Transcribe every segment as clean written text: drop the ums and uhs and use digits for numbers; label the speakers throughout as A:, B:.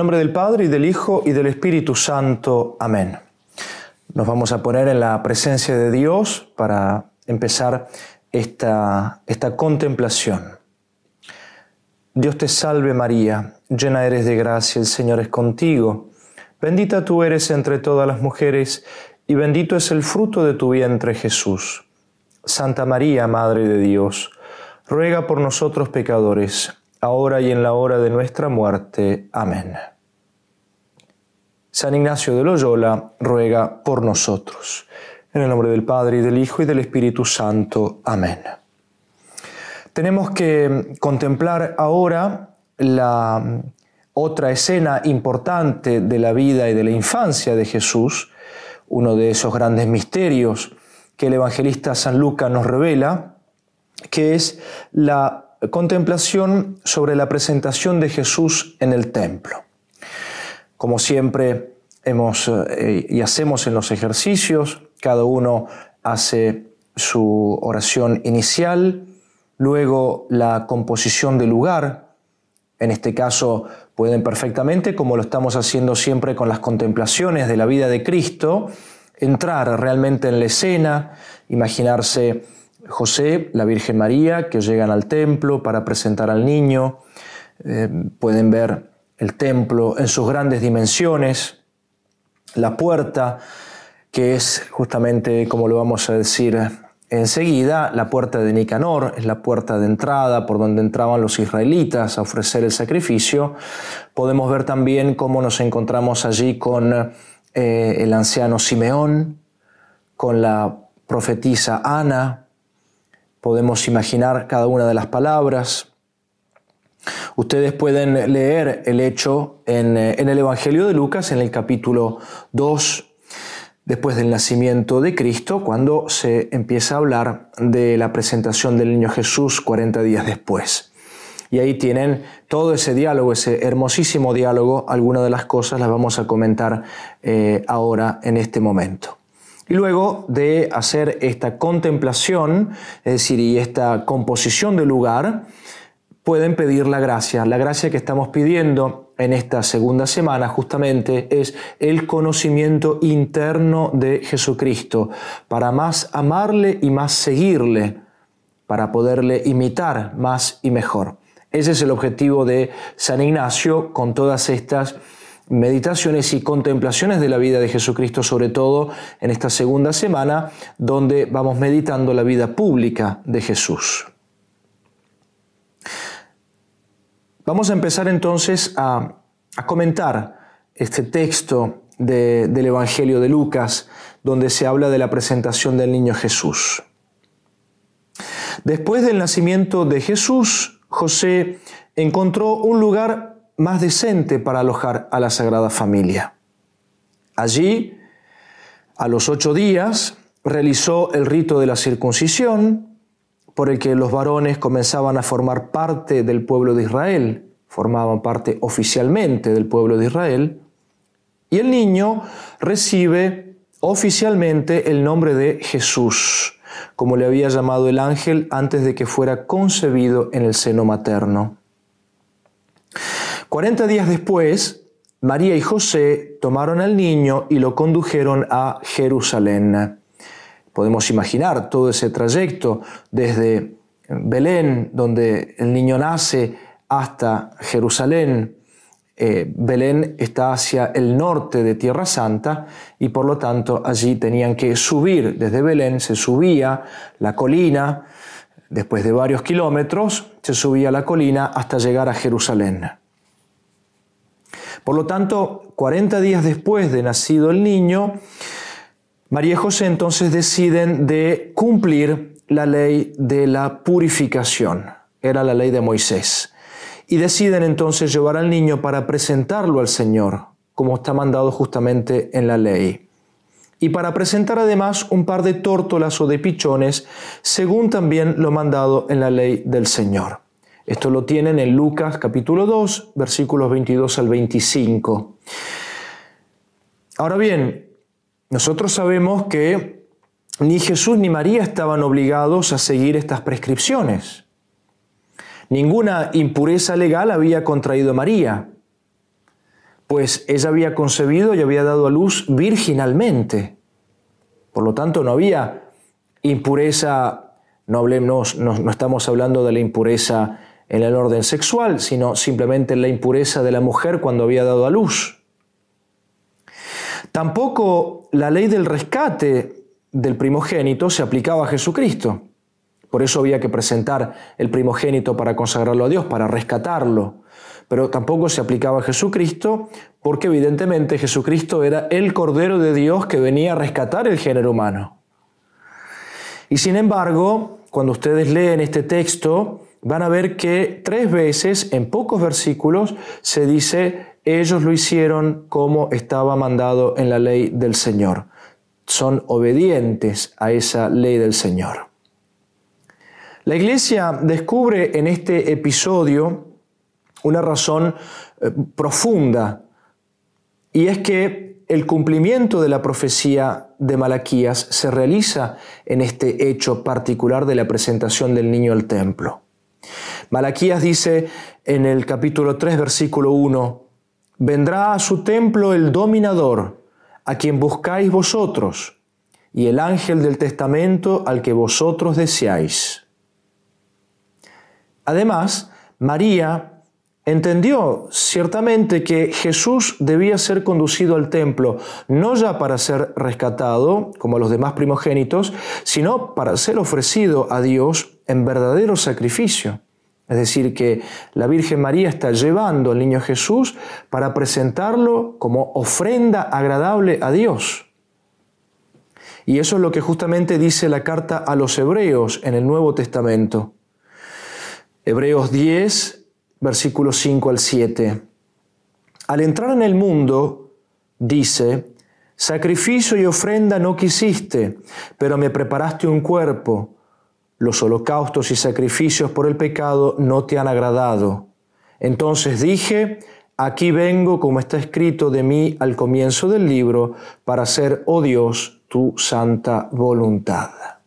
A: nombre del Padre, y del Hijo, y del Espíritu Santo. Amén. Nos vamos a poner en la presencia de Dios para empezar esta contemplación. Dios te salve María, llena eres de gracia, el Señor es contigo. Bendita tú eres entre todas las mujeres, y bendito es el fruto de tu vientre Jesús. Santa María, Madre de Dios, ruega por nosotros pecadores, ahora y en la hora de nuestra muerte. Amén. San Ignacio de Loyola ruega por nosotros. En el nombre del Padre, y del Hijo, y del Espíritu Santo. Amén. Tenemos que contemplar ahora la otra escena importante de la vida y de la infancia de Jesús, uno de esos grandes misterios que el evangelista San Lucas nos revela, que es la contemplación sobre la presentación de Jesús en el templo. Como siempre hacemos en los ejercicios, cada uno hace su oración inicial, luego la composición del lugar. En este caso pueden perfectamente, como lo estamos haciendo siempre con las contemplaciones de la vida de Cristo, entrar realmente en la escena, imaginarse José, la Virgen María, que llegan al templo para presentar al niño. Pueden ver el templo en sus grandes dimensiones, la puerta, que es justamente, como lo vamos a decir enseguida, la puerta de Nicanor, es la puerta de entrada por donde entraban los israelitas a ofrecer el sacrificio. Podemos ver también cómo nos encontramos allí con el anciano Simeón, con la profetisa Ana. Podemos imaginar cada una de las palabras. Ustedes pueden leer el hecho en el Evangelio de Lucas, en el capítulo 2, después del nacimiento de Cristo, cuando se empieza a hablar de la presentación del niño Jesús 40 días después. Y ahí tienen todo ese diálogo, ese hermosísimo diálogo. Algunas de las cosas las vamos a comentar ahora en este momento. Y luego de hacer esta contemplación, es decir, y esta composición del lugar, pueden pedir la gracia. La gracia que estamos pidiendo en esta segunda semana justamente es el conocimiento interno de Jesucristo, para más amarle y más seguirle, para poderle imitar más y mejor. Ese es el objetivo de San Ignacio con todas estas meditaciones y contemplaciones de la vida de Jesucristo, sobre todo en esta segunda semana, donde vamos meditando la vida pública de Jesús. Vamos a empezar entonces a comentar este texto del Evangelio de Lucas, donde se habla de la presentación del niño Jesús. Después del nacimiento de Jesús, José encontró un lugar más decente para alojar a la Sagrada Familia. Allí, a los 8 días, realizó el rito de la circuncisión, por el que los varones comenzaban a formar parte del pueblo de Israel, formaban parte oficialmente del pueblo de Israel, y el niño recibe oficialmente el nombre de Jesús, como le había llamado el ángel antes de que fuera concebido en el seno materno. 40 días después, María y José tomaron al niño y lo condujeron a Jerusalén. Podemos imaginar todo ese trayecto desde Belén, donde el niño nace, hasta Jerusalén. Belén está hacia el norte de Tierra Santa y por lo tanto allí tenían que subir. Desde Belén se subía la colina, después de varios kilómetros se subía la colina hasta llegar a Jerusalén. Por lo tanto, 40 días después de nacido el niño, María y José entonces deciden de cumplir la ley de la purificación. Era la ley de Moisés. Y deciden entonces llevar al niño para presentarlo al Señor, como está mandado justamente en la ley. Y para presentar además un par de tórtolas o de pichones, según también lo mandado en la ley del Señor. Esto lo tienen en Lucas capítulo 2, versículos 22 al 25. Ahora bien, nosotros sabemos que ni Jesús ni María estaban obligados a seguir estas prescripciones. Ninguna impureza legal había contraído María. pues ella había concebido y había dado a luz virginalmente. Por lo tanto, no había impureza, no estamos hablando de la impureza en el orden sexual, sino simplemente la impureza de la mujer cuando había dado a luz. Tampoco la ley del rescate del primogénito se aplicaba a Jesucristo. Por eso había que presentar el primogénito para consagrarlo a Dios, para rescatarlo. Pero tampoco se aplicaba a Jesucristo porque evidentemente Jesucristo era el Cordero de Dios que venía a rescatar el género humano. Y sin embargo, cuando ustedes leen este texto, van a ver que 3 veces, en pocos versículos, se dice: ellos lo hicieron como estaba mandado en la ley del Señor. Son obedientes a esa ley del Señor. La Iglesia descubre en este episodio una razón profunda, y es que el cumplimiento de la profecía de Malaquías se realiza en este hecho particular de la presentación del niño al templo. Malaquías dice en el capítulo 3, versículo 1: «Vendrá a su templo el dominador, a quien buscáis vosotros, y el ángel del testamento al que vosotros deseáis». Además, María entendió ciertamente que Jesús debía ser conducido al templo, no ya para ser rescatado, como los demás primogénitos, sino para ser ofrecido a Dios en verdadero sacrificio. Es decir, que la Virgen María está llevando al niño Jesús para presentarlo como ofrenda agradable a Dios. Y eso es lo que justamente dice la carta a los Hebreos en el Nuevo Testamento. Hebreos 10, versículos 5 al 7. Al entrar en el mundo, dice: «Sacrificio y ofrenda no quisiste, pero me preparaste un cuerpo. Los holocaustos y sacrificios por el pecado no te han agradado. Entonces dije: aquí vengo, como está escrito de mí al comienzo del libro, para hacer, oh Dios, tu santa voluntad».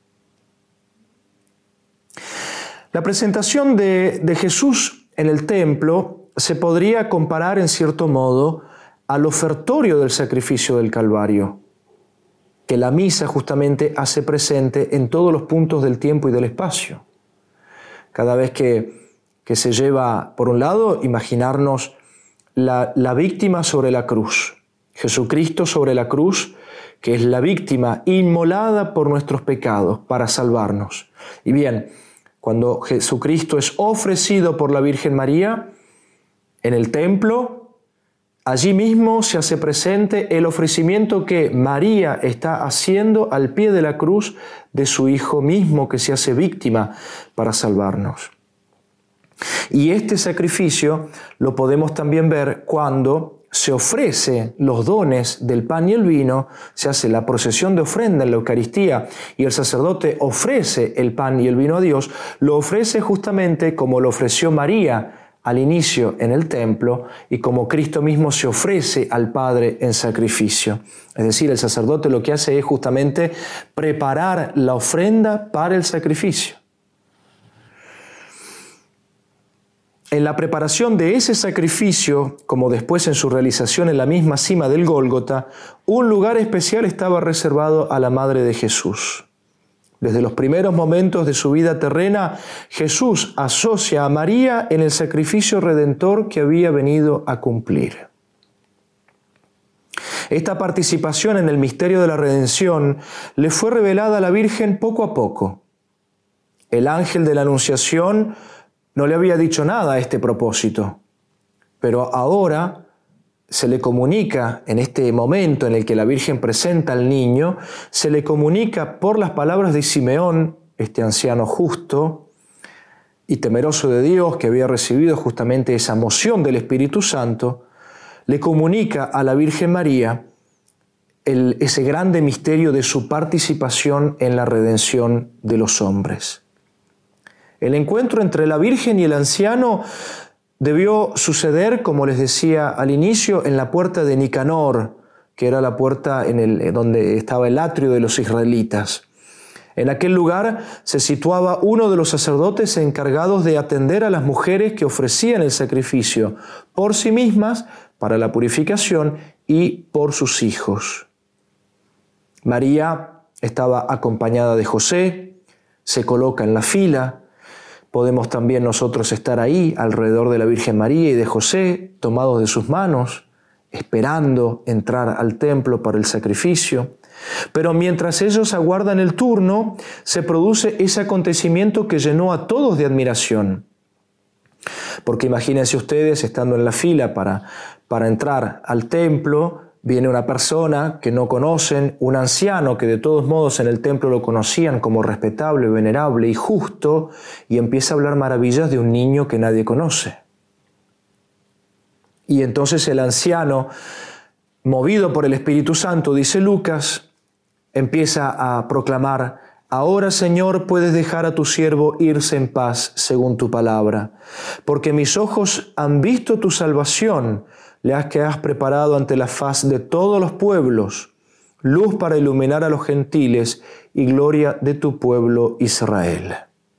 A: La presentación de Jesús en el templo se podría comparar en cierto modo al ofertorio del sacrificio del Calvario, que la misa justamente hace presente en todos los puntos del tiempo y del espacio. Cada vez que se lleva, por un lado, imaginarnos la víctima sobre la cruz, Jesucristo sobre la cruz, que es la víctima inmolada por nuestros pecados para salvarnos. Y bien, cuando Jesucristo es ofrecido por la Virgen María en el templo, allí mismo se hace presente el ofrecimiento que María está haciendo al pie de la cruz de su Hijo mismo, que se hace víctima para salvarnos. Y este sacrificio lo podemos también ver cuando se ofrece los dones del pan y el vino, se hace la procesión de ofrenda en la Eucaristía y el sacerdote ofrece el pan y el vino a Dios, lo ofrece justamente como lo ofreció María al inicio en el templo y como Cristo mismo se ofrece al Padre en sacrificio. Es decir, el sacerdote lo que hace es justamente preparar la ofrenda para el sacrificio. En la preparación de ese sacrificio, como después en su realización en la misma cima del Gólgota, un lugar especial estaba reservado a la Madre de Jesús. Desde los primeros momentos de su vida terrena, Jesús asocia a María en el sacrificio redentor que había venido a cumplir. Esta participación en el misterio de la redención le fue revelada a la Virgen poco a poco. El ángel de la Anunciación no le había dicho nada a este propósito, pero ahora se le comunica, en este momento en el que la Virgen presenta al niño, se le comunica por las palabras de Simeón, este anciano justo y temeroso de Dios, que había recibido justamente esa moción del Espíritu Santo, le comunica a la Virgen María ese grande misterio de su participación en la redención de los hombres. El encuentro entre la Virgen y el anciano debió suceder, como les decía al inicio, en la puerta de Nicanor, que era la puerta donde estaba el atrio de los israelitas. En aquel lugar se situaba uno de los sacerdotes encargados de atender a las mujeres que ofrecían el sacrificio por sí mismas para la purificación y por sus hijos. María estaba acompañada de José, se coloca en la fila. Podemos también nosotros estar ahí alrededor de la Virgen María y de José, tomados de sus manos, esperando entrar al templo para el sacrificio. Pero mientras ellos aguardan el turno, se produce ese acontecimiento que llenó a todos de admiración. Porque imagínense ustedes, estando en la fila para entrar al templo, viene una persona que no conocen, un anciano que de todos modos en el templo lo conocían como respetable, venerable y justo, y empieza a hablar maravillas de un niño que nadie conoce. Y entonces el anciano, movido por el Espíritu Santo, dice Lucas, empieza a proclamar: ahora, Señor, puedes dejar a tu siervo irse en paz según tu palabra, porque mis ojos han visto tu salvación, la que has preparado ante la faz de todos los pueblos, luz para iluminar a los gentiles y gloria de tu pueblo Israel.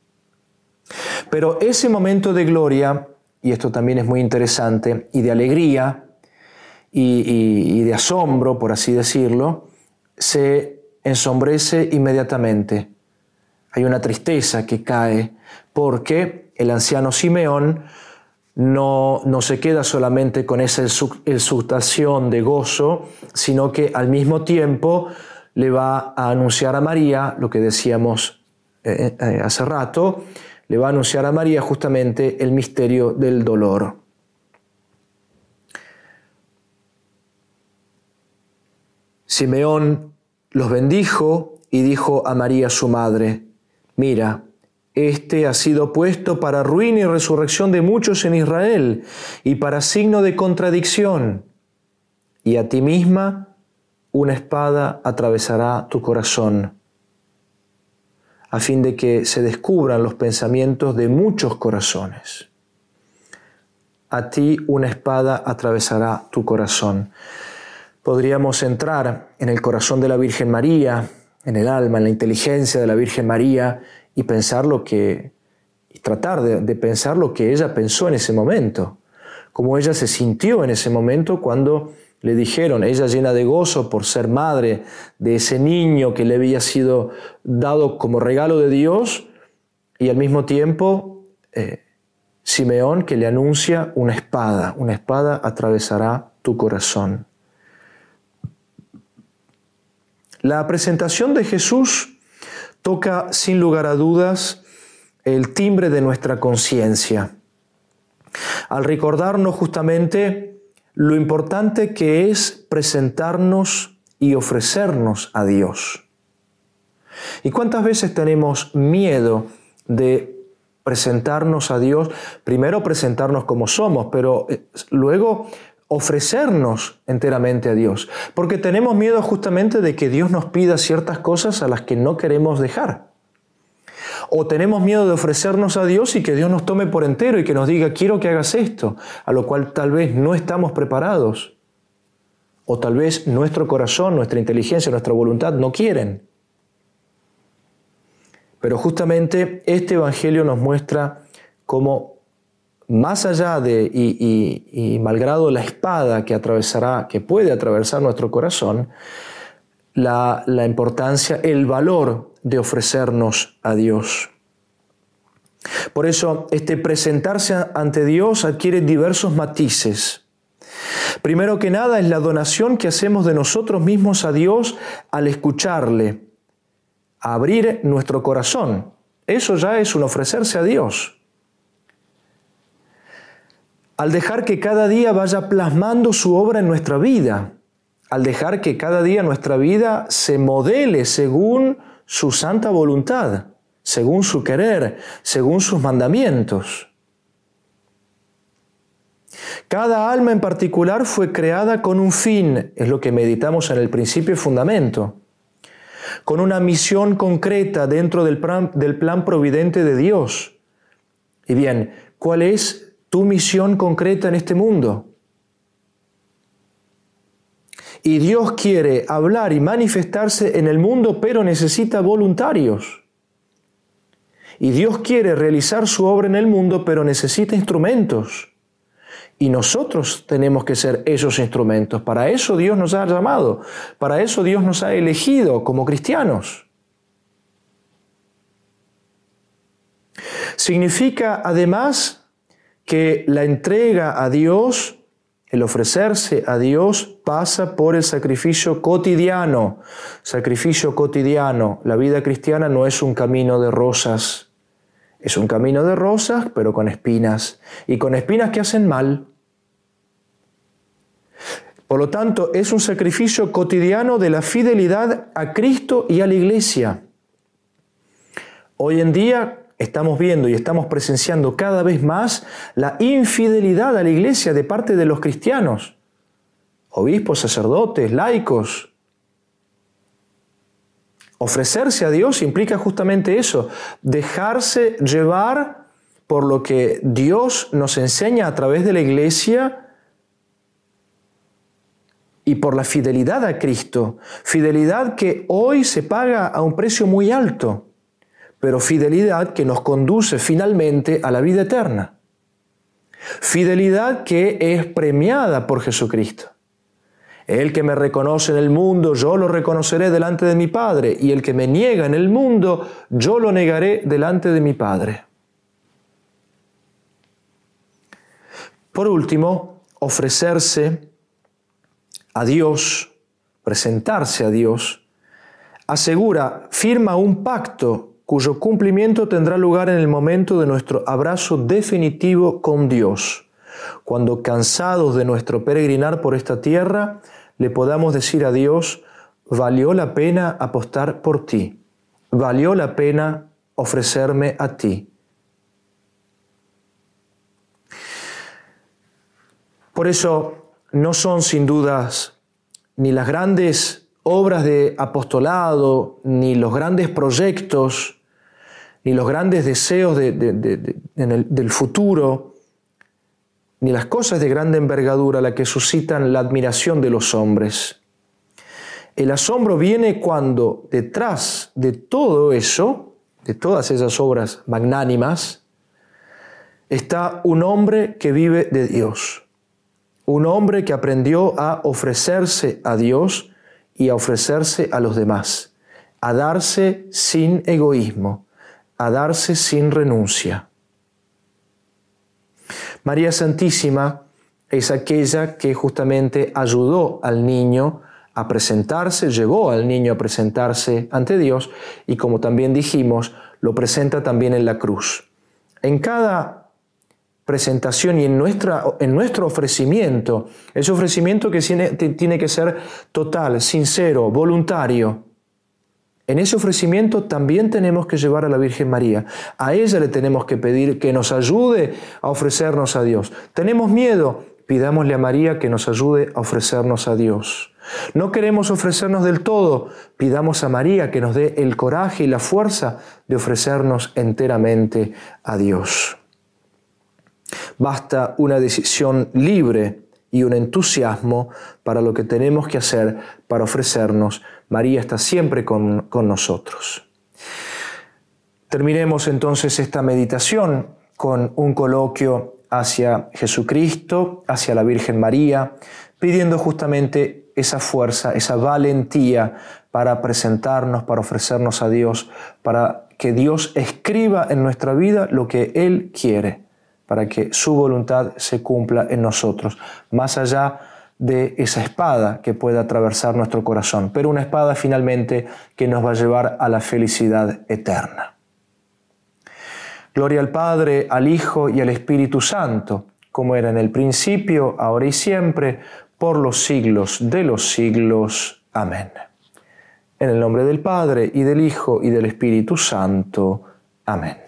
A: Pero ese momento de gloria, y esto también es muy interesante, y de alegría y de asombro, por así decirlo, se ensombrece inmediatamente. Hay una tristeza que cae porque el anciano Simeón no se queda solamente con esa exultación de gozo, sino que al mismo tiempo le va a anunciar a María, lo que decíamos hace rato, le va a anunciar a María justamente el misterio del dolor. Simeón los bendijo y dijo a María su madre: mira, este ha sido puesto para ruina y resurrección de muchos en Israel y para signo de contradicción. Y a ti misma una espada atravesará tu corazón, a fin de que se descubran los pensamientos de muchos corazones. A ti una espada atravesará tu corazón. Podríamos entrar en el corazón de la Virgen María, en el alma, en la inteligencia de la Virgen María y tratar de pensar lo que ella pensó en ese momento, cómo ella se sintió en ese momento cuando le dijeron, ella llena de gozo por ser madre de ese niño que le había sido dado como regalo de Dios, y al mismo tiempo Simeón que le anuncia una espada atravesará tu corazón. La presentación de Jesús toca sin lugar a dudas el timbre de nuestra conciencia, al recordarnos justamente lo importante que es presentarnos y ofrecernos a Dios. ¿Y cuántas veces tenemos miedo de presentarnos a Dios? Primero presentarnos como somos, pero luego ofrecernos enteramente a Dios, porque tenemos miedo justamente de que Dios nos pida ciertas cosas a las que no queremos dejar. O tenemos miedo de ofrecernos a Dios y que Dios nos tome por entero y que nos diga, quiero que hagas esto, a lo cual tal vez no estamos preparados. O tal vez nuestro corazón, nuestra inteligencia, nuestra voluntad no quieren. Pero justamente este Evangelio nos muestra cómo más allá de, y malgrado la espada que puede atravesar nuestro corazón, la importancia, el valor de ofrecernos a Dios. Por eso, este presentarse ante Dios adquiere diversos matices. Primero que nada, es la donación que hacemos de nosotros mismos a Dios al escucharle, a abrir nuestro corazón. Eso ya es un ofrecerse a Dios. Al dejar que cada día vaya plasmando su obra en nuestra vida, al dejar que cada día nuestra vida se modele según su santa voluntad, según su querer, según sus mandamientos. Cada alma en particular fue creada con un fin, es lo que meditamos en el principio y fundamento, con una misión concreta dentro del plan providente de Dios. Y bien, ¿cuál es tu misión concreta en este mundo? Y Dios quiere hablar y manifestarse en el mundo, pero necesita voluntarios. Y Dios quiere realizar su obra en el mundo, pero necesita instrumentos. Y nosotros tenemos que ser esos instrumentos. Para eso Dios nos ha llamado. Para eso Dios nos ha elegido como cristianos. Significa además que la entrega a Dios, el ofrecerse a Dios, pasa por el sacrificio cotidiano. Sacrificio cotidiano. La vida cristiana no es un camino de rosas. Es un camino de rosas, pero con espinas. Y con espinas que hacen mal. Por lo tanto, es un sacrificio cotidiano de la fidelidad a Cristo y a la Iglesia. Hoy en día estamos viendo y estamos presenciando cada vez más la infidelidad a la Iglesia de parte de los cristianos. Obispos, sacerdotes, laicos. Ofrecerse a Dios implica justamente eso, dejarse llevar por lo que Dios nos enseña a través de la Iglesia y por la fidelidad a Cristo. Fidelidad que hoy se paga a un precio muy alto, pero fidelidad que nos conduce finalmente a la vida eterna. Fidelidad que es premiada por Jesucristo. El que me reconoce en el mundo, yo lo reconoceré delante de mi Padre, y el que me niega en el mundo, yo lo negaré delante de mi Padre. Por último, ofrecerse a Dios, presentarse a Dios, firma un pacto cuyo cumplimiento tendrá lugar en el momento de nuestro abrazo definitivo con Dios, cuando cansados de nuestro peregrinar por esta tierra, le podamos decir a Dios: valió la pena apostar por ti, valió la pena ofrecerme a ti. Por eso no son sin dudas ni las grandes obras de apostolado, ni los grandes proyectos, ni los grandes deseos del futuro, ni las cosas de grande envergadura las que suscitan la admiración de los hombres. El asombro viene cuando detrás de todo eso, de todas esas obras magnánimas, está un hombre que vive de Dios. Un hombre que aprendió a ofrecerse a Dios y a ofrecerse a los demás, a darse sin egoísmo, a darse sin renuncia. María Santísima es aquella que justamente ayudó al niño a presentarse, llevó al niño a presentarse ante Dios y, como también dijimos, lo presenta también en la cruz. En cada presentación y en nuestro ofrecimiento, ese ofrecimiento que tiene que ser total, sincero, voluntario, en ese ofrecimiento también tenemos que llevar a la Virgen María. A ella le tenemos que pedir que nos ayude a ofrecernos a Dios. ¿Tenemos miedo? Pidámosle a María que nos ayude a ofrecernos a Dios. ¿No queremos ofrecernos del todo? Pidamos a María que nos dé el coraje y la fuerza de ofrecernos enteramente a Dios. Basta una decisión libre y un entusiasmo para lo que tenemos que hacer para ofrecernos. María está siempre con nosotros. Terminemos entonces esta meditación con un coloquio hacia Jesucristo, hacia la Virgen María, pidiendo justamente esa fuerza, esa valentía para presentarnos, para ofrecernos a Dios, para que Dios escriba en nuestra vida lo que Él quiere, para que su voluntad se cumpla en nosotros, más allá de esa espada que pueda atravesar nuestro corazón, pero una espada finalmente que nos va a llevar a la felicidad eterna. Gloria al Padre, al Hijo y al Espíritu Santo, como era en el principio, ahora y siempre, por los siglos de los siglos. Amén. En el nombre del Padre, y del Hijo, y del Espíritu Santo. Amén.